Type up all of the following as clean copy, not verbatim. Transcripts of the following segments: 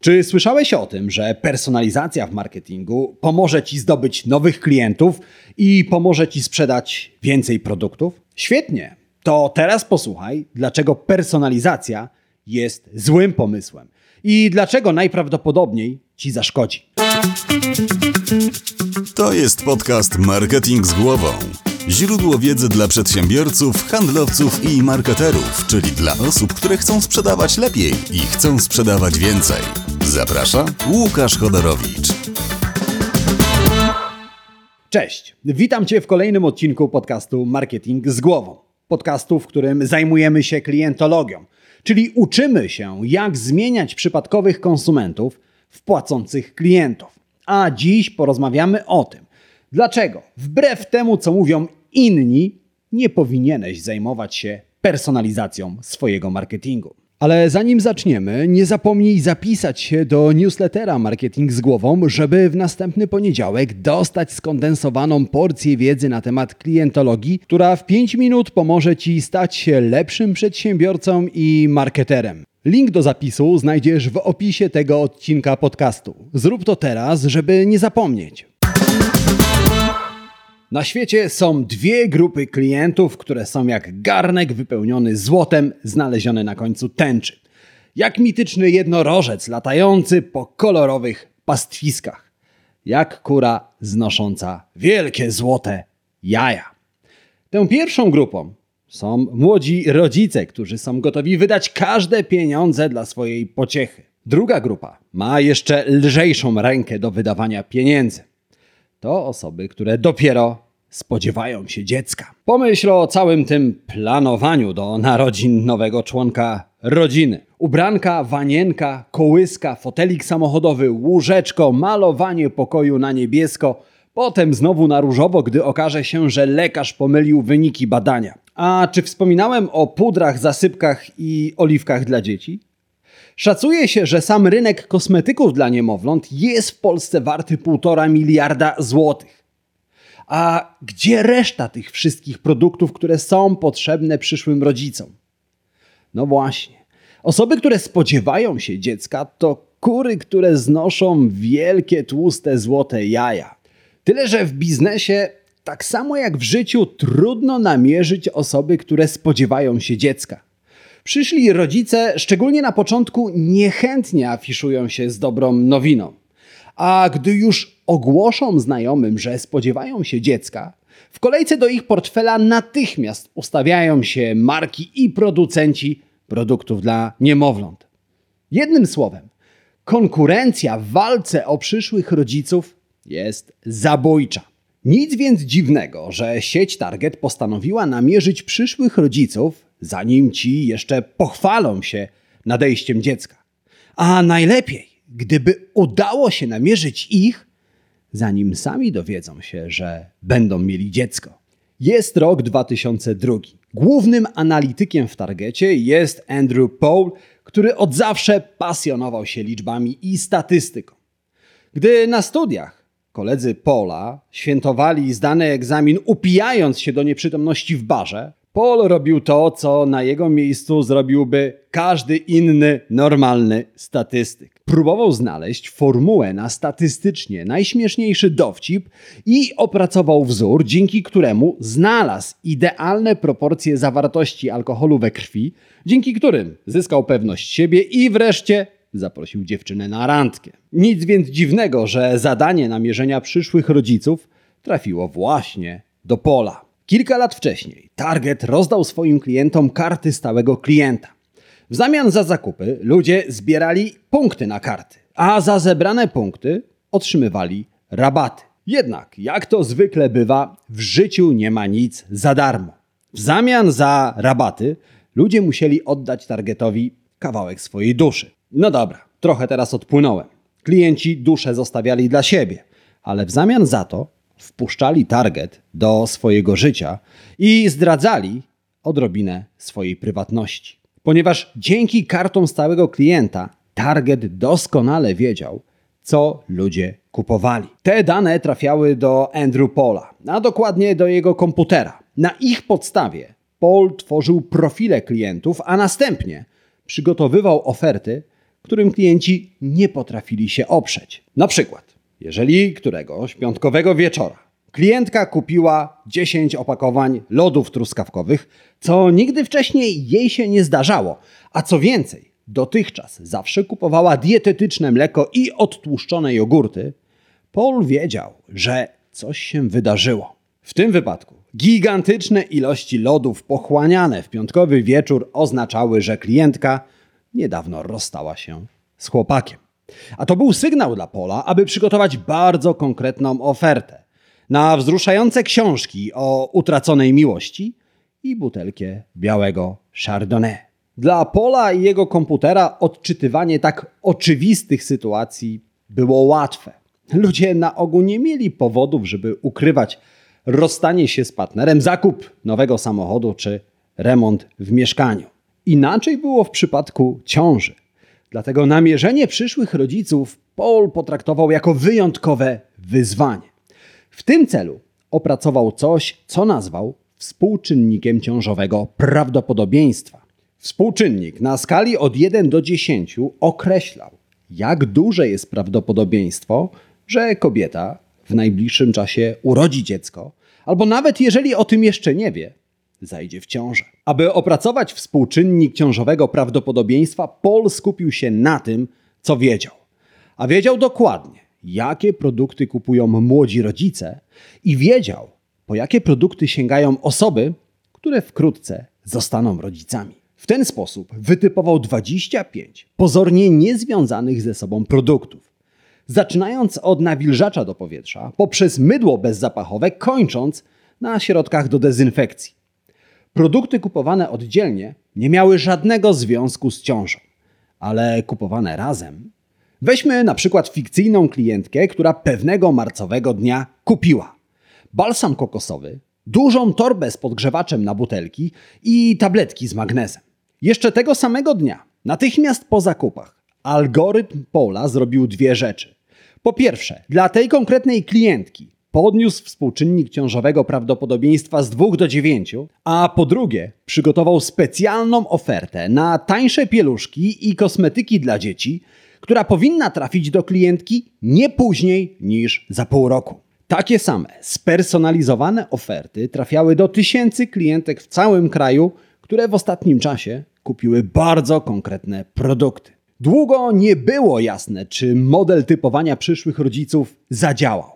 Czy słyszałeś o tym, że personalizacja w marketingu pomoże Ci zdobyć nowych klientów i pomoże Ci sprzedać więcej produktów? Świetnie! To teraz posłuchaj, dlaczego personalizacja jest złym pomysłem i dlaczego najprawdopodobniej Ci zaszkodzi. To jest podcast Marketing z głową. Źródło wiedzy dla przedsiębiorców, handlowców i marketerów, czyli dla osób, które chcą sprzedawać lepiej i chcą sprzedawać więcej. Zaprasza Łukasz Chodorowicz. Cześć, witam Cię w kolejnym odcinku podcastu Marketing z głową. Podcastu, w którym zajmujemy się klientologią, czyli uczymy się, jak zmieniać przypadkowych konsumentów w płacących klientów. A dziś porozmawiamy o tym, dlaczego wbrew temu, co mówią inni, nie powinieneś zajmować się personalizacją swojego marketingu. Ale zanim zaczniemy, nie zapomnij zapisać się do newslettera Marketing z głową, żeby w następny poniedziałek dostać skondensowaną porcję wiedzy na temat klientologii, która w 5 minut pomoże Ci stać się lepszym przedsiębiorcą i marketerem. Link do zapisu znajdziesz w opisie tego odcinka podcastu. Zrób to teraz, żeby nie zapomnieć. Na świecie są dwie grupy klientów, które są jak garnek wypełniony złotem znaleziony na końcu tęczy. Jak mityczny jednorożec latający po kolorowych pastwiskach. Jak kura znosząca wielkie złote jaja. Tą pierwszą grupą są młodzi rodzice, którzy są gotowi wydać każde pieniądze dla swojej pociechy. Druga grupa ma jeszcze lżejszą rękę do wydawania pieniędzy. To osoby, które dopiero spodziewają się dziecka. Pomyśl o całym tym planowaniu do narodzin nowego członka rodziny. Ubranka, wanienka, kołyska, fotelik samochodowy, łóżeczko, malowanie pokoju na niebiesko, potem znowu na różowo, gdy okaże się, że lekarz pomylił wyniki badania. A czy wspominałem o pudrach, zasypkach i oliwkach dla dzieci? Szacuje się, że sam rynek kosmetyków dla niemowląt jest w Polsce warty 1,5 miliarda złotych. A gdzie reszta tych wszystkich produktów, które są potrzebne przyszłym rodzicom? No właśnie. Osoby, które spodziewają się dziecka, to kury, które znoszą wielkie, tłuste, złote jaja. Tyle, że w biznesie, tak samo jak w życiu, trudno namierzyć osoby, które spodziewają się dziecka. Przyszli rodzice, szczególnie na początku, niechętnie afiszują się z dobrą nowiną. A gdy już ogłoszą znajomym, że spodziewają się dziecka, w kolejce do ich portfela natychmiast ustawiają się marki i producenci produktów dla niemowląt. Jednym słowem, konkurencja w walce o przyszłych rodziców jest zabójcza. Nic więc dziwnego, że sieć Target postanowiła namierzyć przyszłych rodziców, zanim ci jeszcze pochwalą się nadejściem dziecka. A najlepiej, gdyby udało się namierzyć ich, zanim sami dowiedzą się, że będą mieli dziecko. Jest rok 2002. Głównym analitykiem w Targecie jest Andrew Paul, który od zawsze pasjonował się liczbami i statystyką. Gdy na studiach koledzy Paula świętowali zdany egzamin, upijając się do nieprzytomności w barze, Paul robił to, co na jego miejscu zrobiłby każdy inny, normalny statystyk. Próbował znaleźć formułę na statystycznie najśmieszniejszy dowcip i opracował wzór, dzięki któremu znalazł idealne proporcje zawartości alkoholu we krwi, dzięki którym zyskał pewność siebie i wreszcie zaprosił dziewczynę na randkę. Nic więc dziwnego, że zadanie namierzenia przyszłych rodziców trafiło właśnie do Paula. Kilka lat wcześniej Target rozdał swoim klientom karty stałego klienta. W zamian za zakupy ludzie zbierali punkty na karty, a za zebrane punkty otrzymywali rabaty. Jednak, jak to zwykle bywa, w życiu nie ma nic za darmo. W zamian za rabaty ludzie musieli oddać Targetowi kawałek swojej duszy. No dobra, trochę teraz odpłynąłem. Klienci duszę zostawiali dla siebie, ale w zamian za to wpuszczali Target do swojego życia i zdradzali odrobinę swojej prywatności. Ponieważ dzięki kartom stałego klienta Target doskonale wiedział, co ludzie kupowali. Te dane trafiały do Andrew Paula, a dokładnie do jego komputera. Na ich podstawie Paul tworzył profile klientów, a następnie przygotowywał oferty, którym klienci nie potrafili się oprzeć. Na przykład, jeżeli któregoś piątkowego wieczora klientka kupiła 10 opakowań lodów truskawkowych, co nigdy wcześniej jej się nie zdarzało, a co więcej, dotychczas zawsze kupowała dietetyczne mleko i odtłuszczone jogurty, Paul wiedział, że coś się wydarzyło. W tym wypadku gigantyczne ilości lodów pochłaniane w piątkowy wieczór oznaczały, że klientka niedawno rozstała się z chłopakiem. A to był sygnał dla Paula, aby przygotować bardzo konkretną ofertę na wzruszające książki o utraconej miłości i butelkę białego Chardonnay. Dla Paula i jego komputera odczytywanie tak oczywistych sytuacji było łatwe. Ludzie na ogół nie mieli powodów, żeby ukrywać rozstanie się z partnerem, zakup nowego samochodu czy remont w mieszkaniu. Inaczej było w przypadku ciąży. Dlatego namierzenie przyszłych rodziców Paul potraktował jako wyjątkowe wyzwanie. W tym celu opracował coś, co nazwał współczynnikiem ciążowego prawdopodobieństwa. Współczynnik na skali od 1 do 10 określał, jak duże jest prawdopodobieństwo, że kobieta w najbliższym czasie urodzi dziecko, albo nawet jeżeli o tym jeszcze nie wie, zajdzie w ciążę. Aby opracować współczynnik ciążowego prawdopodobieństwa, Paul skupił się na tym, co wiedział. A wiedział dokładnie, jakie produkty kupują młodzi rodzice i wiedział, po jakie produkty sięgają osoby, które wkrótce zostaną rodzicami. W ten sposób wytypował 25 pozornie niezwiązanych ze sobą produktów. Zaczynając od nawilżacza do powietrza, poprzez mydło bezzapachowe, kończąc na środkach do dezynfekcji. Produkty kupowane oddzielnie nie miały żadnego związku z ciążą, ale kupowane razem. Weźmy na przykład fikcyjną klientkę, która pewnego marcowego dnia kupiła balsam kokosowy, dużą torbę z podgrzewaczem na butelki i tabletki z magnezem. Jeszcze tego samego dnia, natychmiast po zakupach, algorytm Paula zrobił dwie rzeczy. Po pierwsze, dla tej konkretnej klientki podniósł współczynnik ciążowego prawdopodobieństwa z 2 do 9, a po drugie przygotował specjalną ofertę na tańsze pieluszki i kosmetyki dla dzieci, która powinna trafić do klientki nie później niż za pół roku. Takie same spersonalizowane oferty trafiały do tysięcy klientek w całym kraju, które w ostatnim czasie kupiły bardzo konkretne produkty. Długo nie było jasne, czy model typowania przyszłych rodziców zadziałał.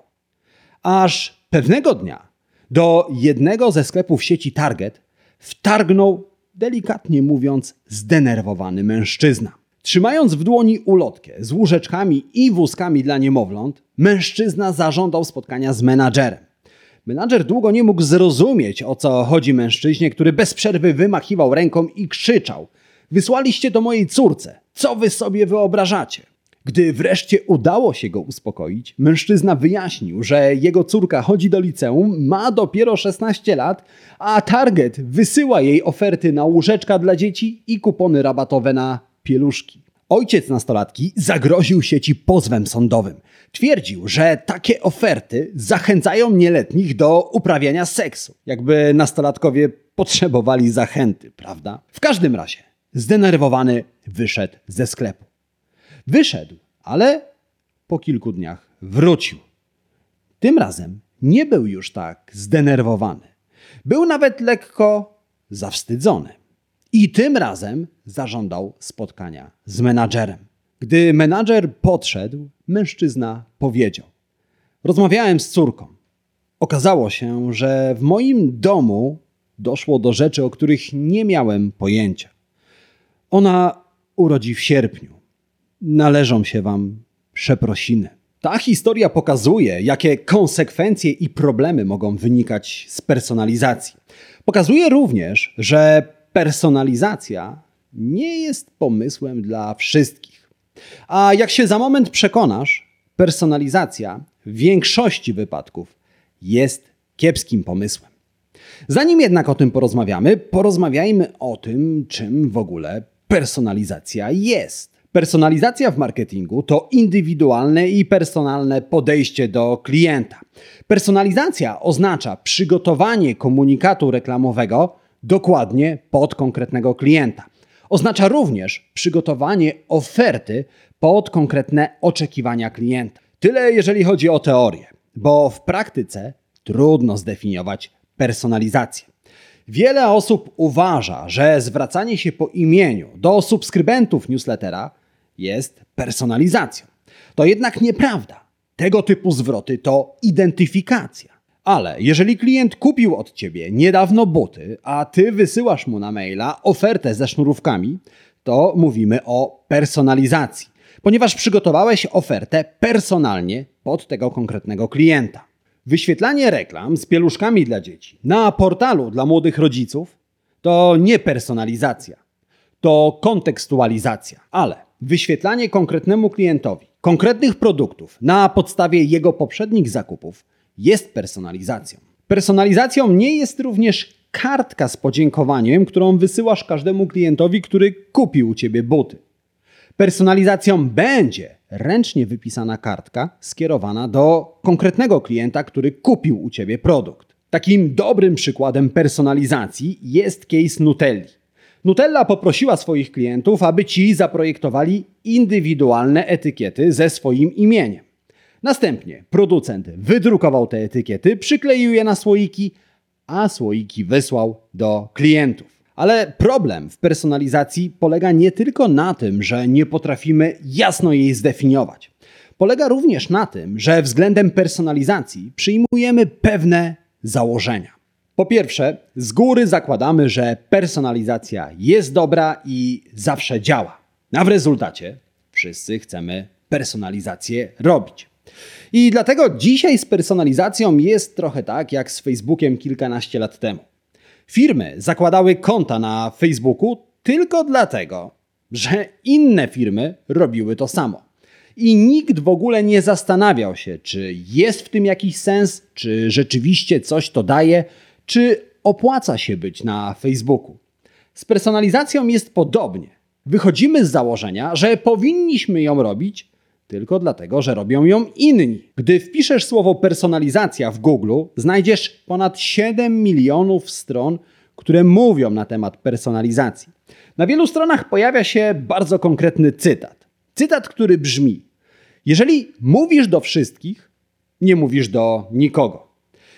Aż pewnego dnia do jednego ze sklepów sieci Target wtargnął, delikatnie mówiąc, zdenerwowany mężczyzna. Trzymając w dłoni ulotkę z łóżeczkami i wózkami dla niemowląt, mężczyzna zażądał spotkania z menadżerem. Menadżer długo nie mógł zrozumieć, o co chodzi mężczyźnie, który bez przerwy wymachiwał ręką i krzyczał: „Wysłaliście to mojej córce! Co wy sobie wyobrażacie?” Gdy wreszcie udało się go uspokoić, mężczyzna wyjaśnił, że jego córka chodzi do liceum, ma dopiero 16 lat, a Target wysyła jej oferty na łóżeczka dla dzieci i kupony rabatowe na pieluszki. Ojciec nastolatki zagroził sieci pozwem sądowym. Twierdził, że takie oferty zachęcają nieletnich do uprawiania seksu. Jakby nastolatkowie potrzebowali zachęty, prawda? W każdym razie zdenerwowany wyszedł ze sklepu. Wyszedł, ale po kilku dniach wrócił. Tym razem nie był już tak zdenerwowany. Był nawet lekko zawstydzony. I tym razem zażądał spotkania z menadżerem. Gdy menadżer podszedł, mężczyzna powiedział: „Rozmawiałem z córką. Okazało się, że w moim domu doszło do rzeczy, o których nie miałem pojęcia. Ona urodzi w sierpniu. Należą się wam przeprosiny”. Ta historia pokazuje, jakie konsekwencje i problemy mogą wynikać z personalizacji. Pokazuje również, że personalizacja nie jest pomysłem dla wszystkich. A jak się za moment przekonasz, personalizacja w większości wypadków jest kiepskim pomysłem. Zanim jednak o tym porozmawiajmy o tym, czym w ogóle personalizacja jest. Personalizacja w marketingu to indywidualne i personalne podejście do klienta. Personalizacja oznacza przygotowanie komunikatu reklamowego dokładnie pod konkretnego klienta. Oznacza również przygotowanie oferty pod konkretne oczekiwania klienta. Tyle jeżeli chodzi o teorię, bo w praktyce trudno zdefiniować personalizację. Wiele osób uważa, że zwracanie się po imieniu do subskrybentów newslettera jest personalizacją. To jednak nieprawda. Tego typu zwroty to identyfikacja. Ale jeżeli klient kupił od Ciebie niedawno buty, a Ty wysyłasz mu na maila ofertę ze sznurówkami, to mówimy o personalizacji, ponieważ przygotowałeś ofertę personalnie pod tego konkretnego klienta. Wyświetlanie reklam z pieluszkami dla dzieci na portalu dla młodych rodziców to nie personalizacja, to kontekstualizacja, ale wyświetlanie konkretnemu klientowi konkretnych produktów na podstawie jego poprzednich zakupów jest personalizacją. Personalizacją nie jest również kartka z podziękowaniem, którą wysyłasz każdemu klientowi, który kupił u Ciebie buty. Personalizacją będzie ręcznie wypisana kartka skierowana do konkretnego klienta, który kupił u Ciebie produkt. Takim dobrym przykładem personalizacji jest case Nutelli. Nutella poprosiła swoich klientów, aby ci zaprojektowali indywidualne etykiety ze swoim imieniem. Następnie producent wydrukował te etykiety, przykleił je na słoiki, a słoiki wysłał do klientów. Ale problem w personalizacji polega nie tylko na tym, że nie potrafimy jasno jej zdefiniować. Polega również na tym, że względem personalizacji przyjmujemy pewne założenia. Po pierwsze, z góry zakładamy, że personalizacja jest dobra i zawsze działa. A w rezultacie wszyscy chcemy personalizację robić. I dlatego dzisiaj z personalizacją jest trochę tak jak z Facebookiem kilkanaście lat temu. Firmy zakładały konta na Facebooku tylko dlatego, że inne firmy robiły to samo. I nikt w ogóle nie zastanawiał się, czy jest w tym jakiś sens, czy rzeczywiście coś to daje, czy opłaca się być na Facebooku. Z personalizacją jest podobnie. Wychodzimy z założenia, że powinniśmy ją robić tylko dlatego, że robią ją inni. Gdy wpiszesz słowo personalizacja w Google, znajdziesz ponad 7 milionów stron, które mówią na temat personalizacji. Na wielu stronach pojawia się bardzo konkretny cytat. Cytat, który brzmi: jeżeli mówisz do wszystkich, nie mówisz do nikogo.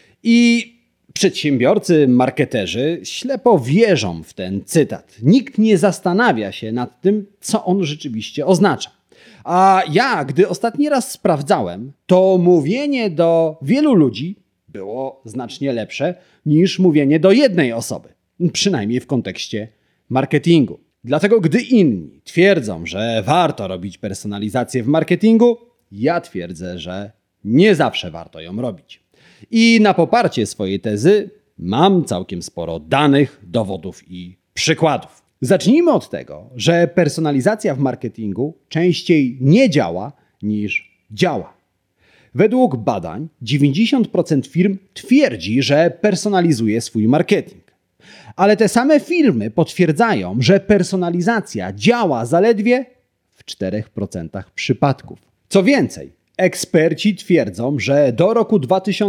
I przedsiębiorcy, marketerzy ślepo wierzą w ten cytat. Nikt nie zastanawia się nad tym, co on rzeczywiście oznacza. A ja, gdy ostatni raz sprawdzałem, to mówienie do wielu ludzi było znacznie lepsze niż mówienie do jednej osoby. Przynajmniej w kontekście marketingu. Dlatego gdy inni twierdzą, że warto robić personalizację w marketingu, ja twierdzę, że nie zawsze warto ją robić. I na poparcie swojej tezy mam całkiem sporo danych, dowodów i przykładów. Zacznijmy od tego, że personalizacja w marketingu częściej nie działa niż działa. Według badań 90% firm twierdzi, że personalizuje swój marketing. Ale te same firmy potwierdzają, że personalizacja działa zaledwie w 4% przypadków. Co więcej, eksperci twierdzą, że do roku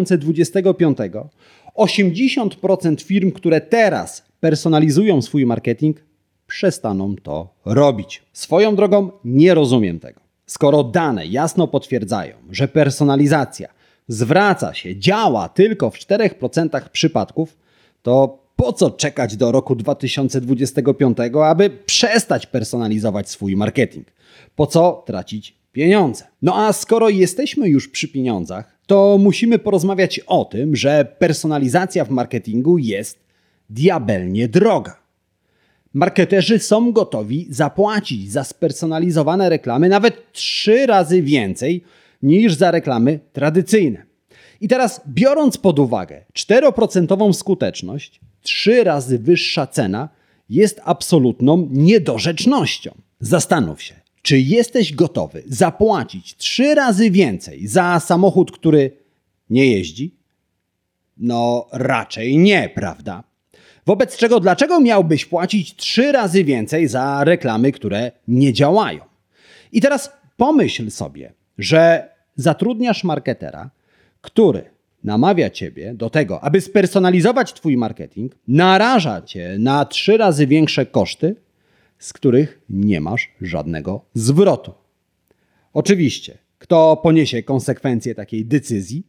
2025 80% firm, które teraz personalizują swój marketing, przestaną to robić. Swoją drogą nie rozumiem tego. Skoro dane jasno potwierdzają, że personalizacja zwraca się, działa tylko w 4% przypadków, to po co czekać do roku 2025, aby przestać personalizować swój marketing? Po co tracić pieniądze? No a skoro jesteśmy już przy pieniądzach, to musimy porozmawiać o tym, że personalizacja w marketingu jest diabelnie droga. Marketerzy są gotowi zapłacić za spersonalizowane reklamy nawet 3 razy więcej niż za reklamy tradycyjne. I teraz, biorąc pod uwagę 4% skuteczność, 3 razy wyższa cena jest absolutną niedorzecznością. Zastanów się, czy jesteś gotowy zapłacić 3 razy więcej za samochód, który nie jeździ? No raczej nie, prawda? Wobec czego, dlaczego miałbyś płacić 3 razy więcej za reklamy, które nie działają? I teraz pomyśl sobie, że zatrudniasz marketera, który namawia Ciebie do tego, aby spersonalizować Twój marketing, naraża Cię na 3 razy większe koszty, z których nie masz żadnego zwrotu. Oczywiście, kto poniesie konsekwencje takiej decyzji?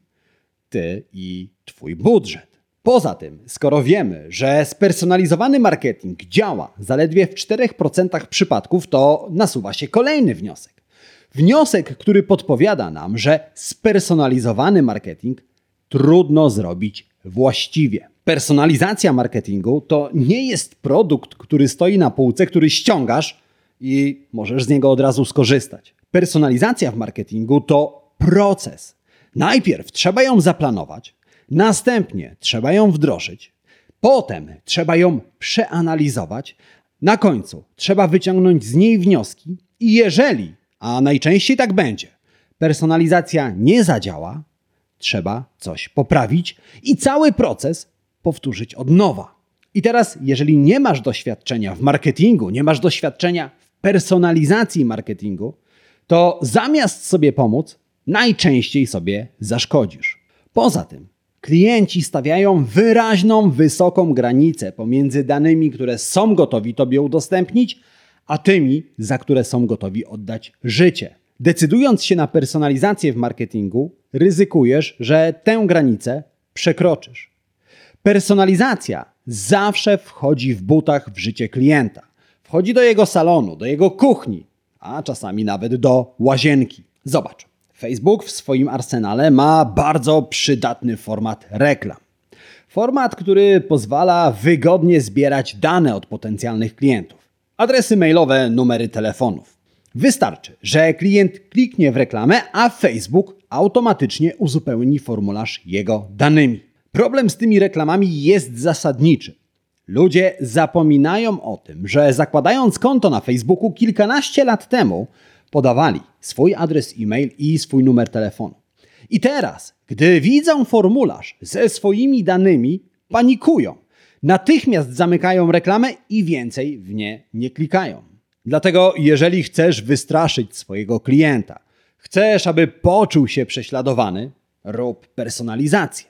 Ty i twój budżet. Poza tym, skoro wiemy, że spersonalizowany marketing działa zaledwie w 4% przypadków, to nasuwa się kolejny wniosek. Wniosek, który podpowiada nam, że spersonalizowany marketing trudno zrobić właściwie. Personalizacja marketingu to nie jest produkt, który stoi na półce, który ściągasz i możesz z niego od razu skorzystać. Personalizacja w marketingu to proces. Najpierw trzeba ją zaplanować, następnie trzeba ją wdrożyć, potem trzeba ją przeanalizować, na końcu trzeba wyciągnąć z niej wnioski i jeżeli, a najczęściej tak będzie, personalizacja nie zadziała, trzeba coś poprawić i cały proces powtórzyć od nowa. I teraz, jeżeli nie masz doświadczenia w marketingu, nie masz doświadczenia w personalizacji marketingu, to zamiast sobie pomóc, najczęściej sobie zaszkodzisz. Poza tym, klienci stawiają wyraźną, wysoką granicę pomiędzy danymi, które są gotowi Tobie udostępnić, a tymi, za które są gotowi oddać życie. Decydując się na personalizację w marketingu, ryzykujesz, że tę granicę przekroczysz. Personalizacja zawsze wchodzi w butach w życie klienta. Wchodzi do jego salonu, do jego kuchni, a czasami nawet do łazienki. Zobacz, Facebook w swoim arsenale ma bardzo przydatny format reklam. Format, który pozwala wygodnie zbierać dane od potencjalnych klientów. Adresy mailowe, numery telefonów. Wystarczy, że klient kliknie w reklamę, a Facebook automatycznie uzupełni formularz jego danymi. Problem z tymi reklamami jest zasadniczy. Ludzie zapominają o tym, że zakładając konto na Facebooku kilkanaście lat temu, podawali swój adres e-mail i swój numer telefonu. I teraz, gdy widzą formularz ze swoimi danymi, panikują. Natychmiast zamykają reklamę i więcej w nie klikają. Dlatego, jeżeli chcesz wystraszyć swojego klienta, chcesz, aby poczuł się prześladowany, rób personalizację.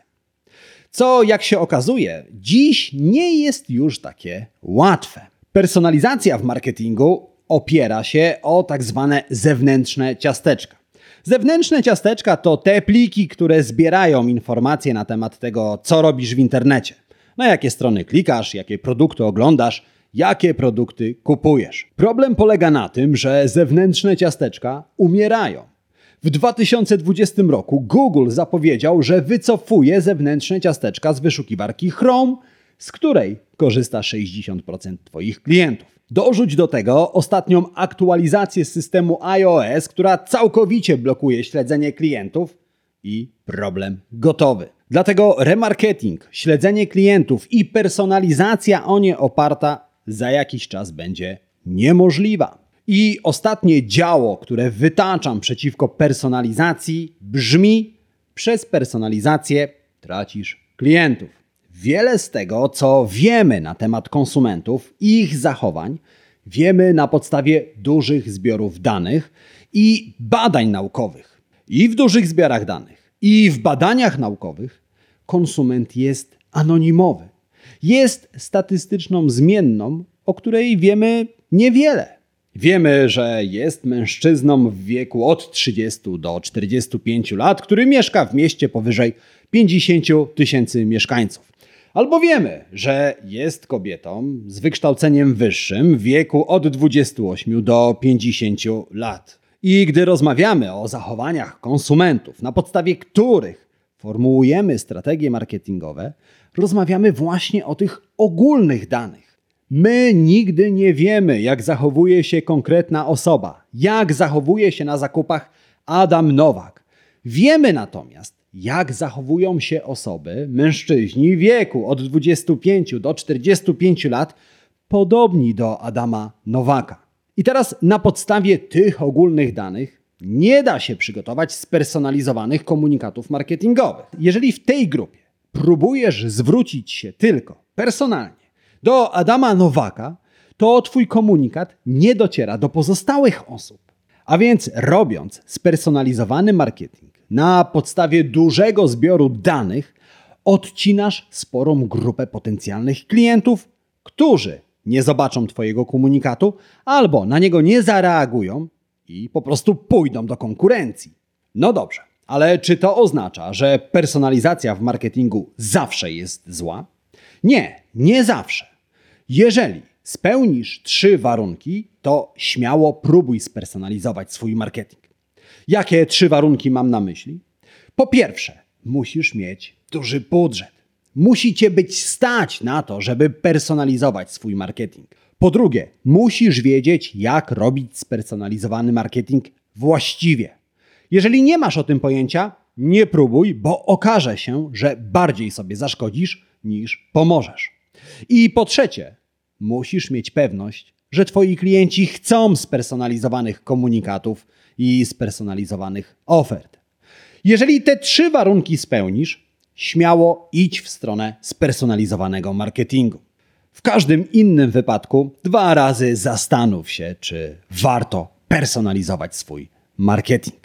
Co, jak się okazuje, dziś nie jest już takie łatwe. Personalizacja w marketingu opiera się o tak zwane zewnętrzne ciasteczka. Zewnętrzne ciasteczka to te pliki, które zbierają informacje na temat tego, co robisz w internecie. Na jakie strony klikasz, jakie produkty oglądasz, jakie produkty kupujesz. Problem polega na tym, że zewnętrzne ciasteczka umierają. W 2020 roku Google zapowiedział, że wycofuje zewnętrzne ciasteczka z wyszukiwarki Chrome, z której korzysta 60% Twoich klientów. Dorzuć do tego ostatnią aktualizację systemu iOS, która całkowicie blokuje śledzenie klientów i problem gotowy. Dlatego remarketing, śledzenie klientów i personalizacja o nie oparta za jakiś czas będzie niemożliwa. I ostatnie działo, które wytaczam przeciwko personalizacji, brzmi: przez personalizację tracisz klientów. Wiele z tego, co wiemy na temat konsumentów i ich zachowań, wiemy na podstawie dużych zbiorów danych i badań naukowych. I w dużych zbiorach danych, i w badaniach naukowych konsument jest anonimowy. Jest statystyczną zmienną, o której wiemy niewiele. Wiemy, że jest mężczyzną w wieku od 30 do 45 lat, który mieszka w mieście powyżej 50 000 mieszkańców. Albo wiemy, że jest kobietą z wykształceniem wyższym w wieku od 28 do 50 lat. I gdy rozmawiamy o zachowaniach konsumentów, na podstawie których formułujemy strategie marketingowe, rozmawiamy właśnie o tych ogólnych danych. My nigdy nie wiemy, jak zachowuje się konkretna osoba, jak zachowuje się na zakupach Adam Nowak. Wiemy natomiast, jak zachowują się osoby, mężczyźni w wieku od 25 do 45 lat, podobni do Adama Nowaka. I teraz na podstawie tych ogólnych danych nie da się przygotować spersonalizowanych komunikatów marketingowych. Jeżeli w tej grupie próbujesz zwrócić się tylko personalnie do Adama Nowaka, to Twój komunikat nie dociera do pozostałych osób. A więc robiąc spersonalizowany marketing na podstawie dużego zbioru danych, odcinasz sporą grupę potencjalnych klientów, którzy nie zobaczą Twojego komunikatu albo na niego nie zareagują i po prostu pójdą do konkurencji. No dobrze, ale czy to oznacza, że personalizacja w marketingu zawsze jest zła? Nie, nie zawsze. Jeżeli spełnisz 3 warunki, to śmiało próbuj spersonalizować swój marketing. Jakie 3 warunki mam na myśli? Po pierwsze, musisz mieć duży budżet. Musi Cię być stać na to, żeby personalizować swój marketing. Po drugie, musisz wiedzieć, jak robić spersonalizowany marketing właściwie. Jeżeli nie masz o tym pojęcia, nie próbuj, bo okaże się, że bardziej sobie zaszkodzisz niż pomożesz. I po trzecie, musisz mieć pewność, że Twoi klienci chcą spersonalizowanych komunikatów i spersonalizowanych ofert. Jeżeli te 3 warunki spełnisz, śmiało idź w stronę spersonalizowanego marketingu. W każdym innym wypadku 2 razy zastanów się, czy warto personalizować swój marketing.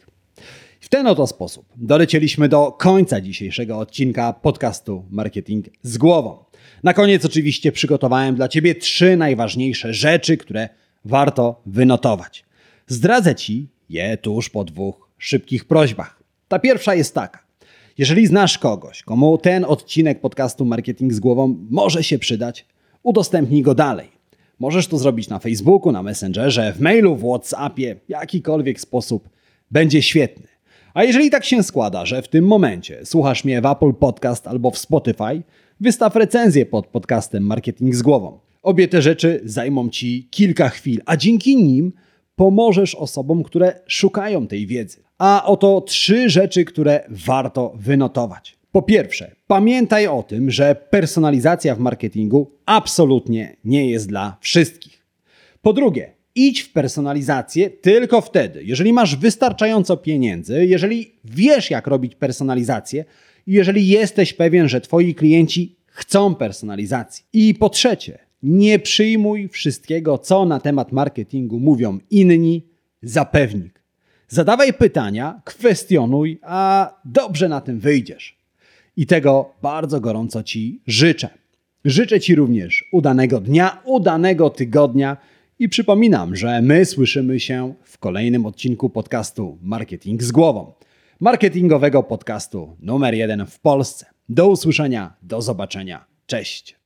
W ten oto sposób dolecieliśmy do końca dzisiejszego odcinka podcastu Marketing z głową. Na koniec oczywiście przygotowałem dla Ciebie 3 najważniejsze rzeczy, które warto wynotować. Zdradzę Ci je tuż po 2 szybkich prośbach. Ta pierwsza jest taka. Jeżeli znasz kogoś, komu ten odcinek podcastu Marketing z głową może się przydać, udostępnij go dalej. Możesz to zrobić na Facebooku, na Messengerze, w mailu, w WhatsAppie, jakikolwiek sposób będzie świetny. A jeżeli tak się składa, że w tym momencie słuchasz mnie w Apple Podcast albo w Spotify, wystaw recenzję pod podcastem Marketing z głową. Obie te rzeczy zajmą Ci kilka chwil, a dzięki nim pomożesz osobom, które szukają tej wiedzy. A oto 3 rzeczy, które warto wynotować. Po pierwsze, pamiętaj o tym, że personalizacja w marketingu absolutnie nie jest dla wszystkich. Po drugie, idź w personalizację tylko wtedy, jeżeli masz wystarczająco pieniędzy, jeżeli wiesz, jak robić personalizację i jeżeli jesteś pewien, że Twoi klienci chcą personalizacji. I po trzecie, nie przyjmuj wszystkiego, co na temat marketingu mówią inni, za pewnik. Zadawaj pytania, kwestionuj, a dobrze na tym wyjdziesz. I tego bardzo gorąco Ci życzę. Życzę Ci również udanego dnia, udanego tygodnia i przypominam, że my słyszymy się w kolejnym odcinku podcastu Marketing z głową. Marketingowego podcastu numer 1 w Polsce. Do usłyszenia, do zobaczenia. Cześć!